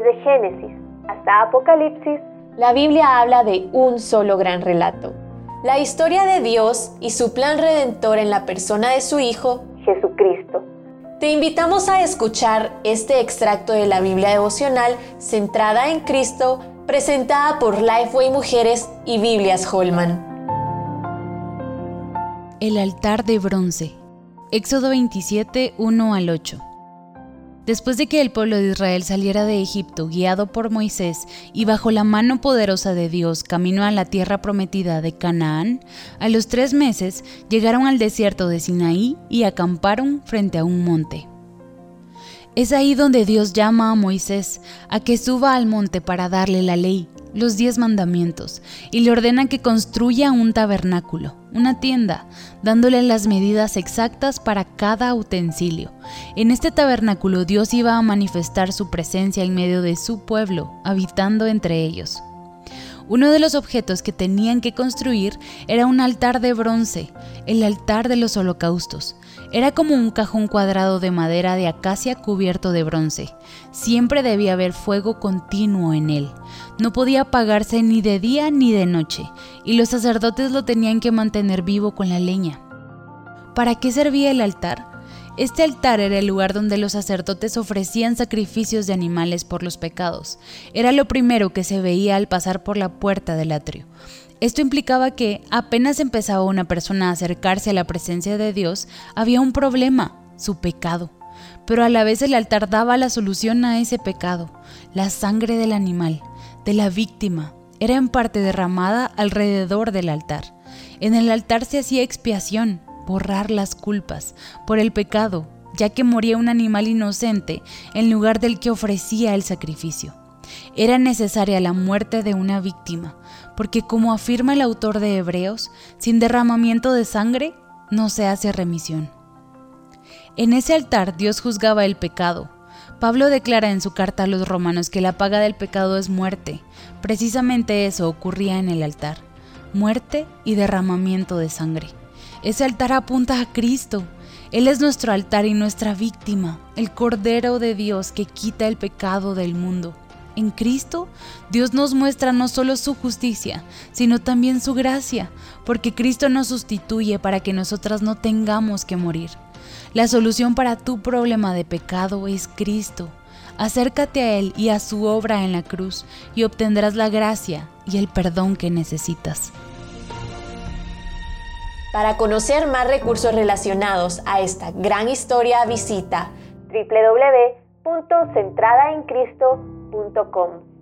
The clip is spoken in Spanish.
Desde Génesis hasta Apocalipsis, la Biblia habla de un solo gran relato: la historia de Dios y su plan redentor en la persona de su Hijo, Jesucristo. Te invitamos a escuchar este extracto de la Biblia devocional centrada en Cristo, presentada por Lifeway Mujeres y Biblias Holman. El altar de bronce. Éxodo 27, 1 al 8. Después de que el pueblo de Israel saliera de Egipto, guiado por Moisés y bajo la mano poderosa de Dios, camino a la tierra prometida de Canaán, a los 3 meses llegaron al desierto de Sinaí y acamparon frente a un monte. Es ahí donde Dios llama a Moisés a que suba al monte para darle la ley, los 10 mandamientos, y le ordena que construya un tabernáculo, una tienda, dándole las medidas exactas para cada utensilio. En este tabernáculo Dios iba a manifestar su presencia en medio de su pueblo, habitando entre ellos. Uno de los objetos que tenían que construir era un altar de bronce, el altar de los holocaustos. Era como un cajón cuadrado de madera de acacia cubierto de bronce. Siempre debía haber fuego continuo en él. No podía apagarse ni de día ni de noche, y los sacerdotes lo tenían que mantener vivo con la leña. ¿Para qué servía el altar? Este altar era el lugar donde los sacerdotes ofrecían sacrificios de animales por los pecados. Era lo primero que se veía al pasar por la puerta del atrio. Esto implicaba que, apenas empezaba una persona a acercarse a la presencia de Dios, había un problema, su pecado. Pero a la vez el altar daba la solución a ese pecado. La sangre del animal, de la víctima, era en parte derramada alrededor del altar. En el altar se hacía expiación, borrar las culpas por el pecado, ya que moría un animal inocente en lugar del que ofrecía el sacrificio. Era necesaria la muerte de una víctima, porque como afirma el autor de Hebreos, sin derramamiento de sangre no se hace remisión. En ese altar Dios juzgaba el pecado. Pablo declara en su carta a los romanos que la paga del pecado es muerte. Precisamente eso ocurría en el altar: muerte y derramamiento de sangre. Ese altar apunta a Cristo. Él es nuestro altar y nuestra víctima, el Cordero de Dios que quita el pecado del mundo. En Cristo, Dios nos muestra no solo su justicia, sino también su gracia, porque Cristo nos sustituye para que nosotras no tengamos que morir. La solución para tu problema de pecado es Cristo. Acércate a Él y a su obra en la cruz y obtendrás la gracia y el perdón que necesitas. Para conocer más recursos relacionados a esta gran historia, visita www.centradaencristo.com.